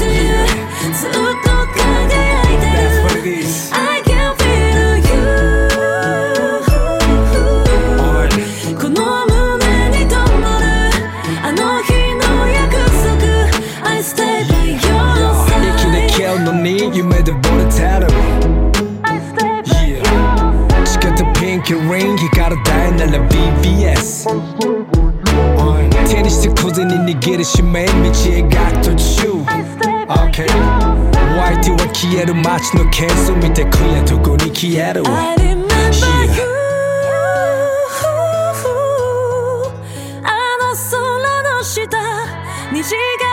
夢でボルテルチケットピンクリング光るダイナラ BBS 手にして小銭握りしめ道描く途中 OK YT は消える街のケース見て今夜どこに消える I remember you あの空の下虹が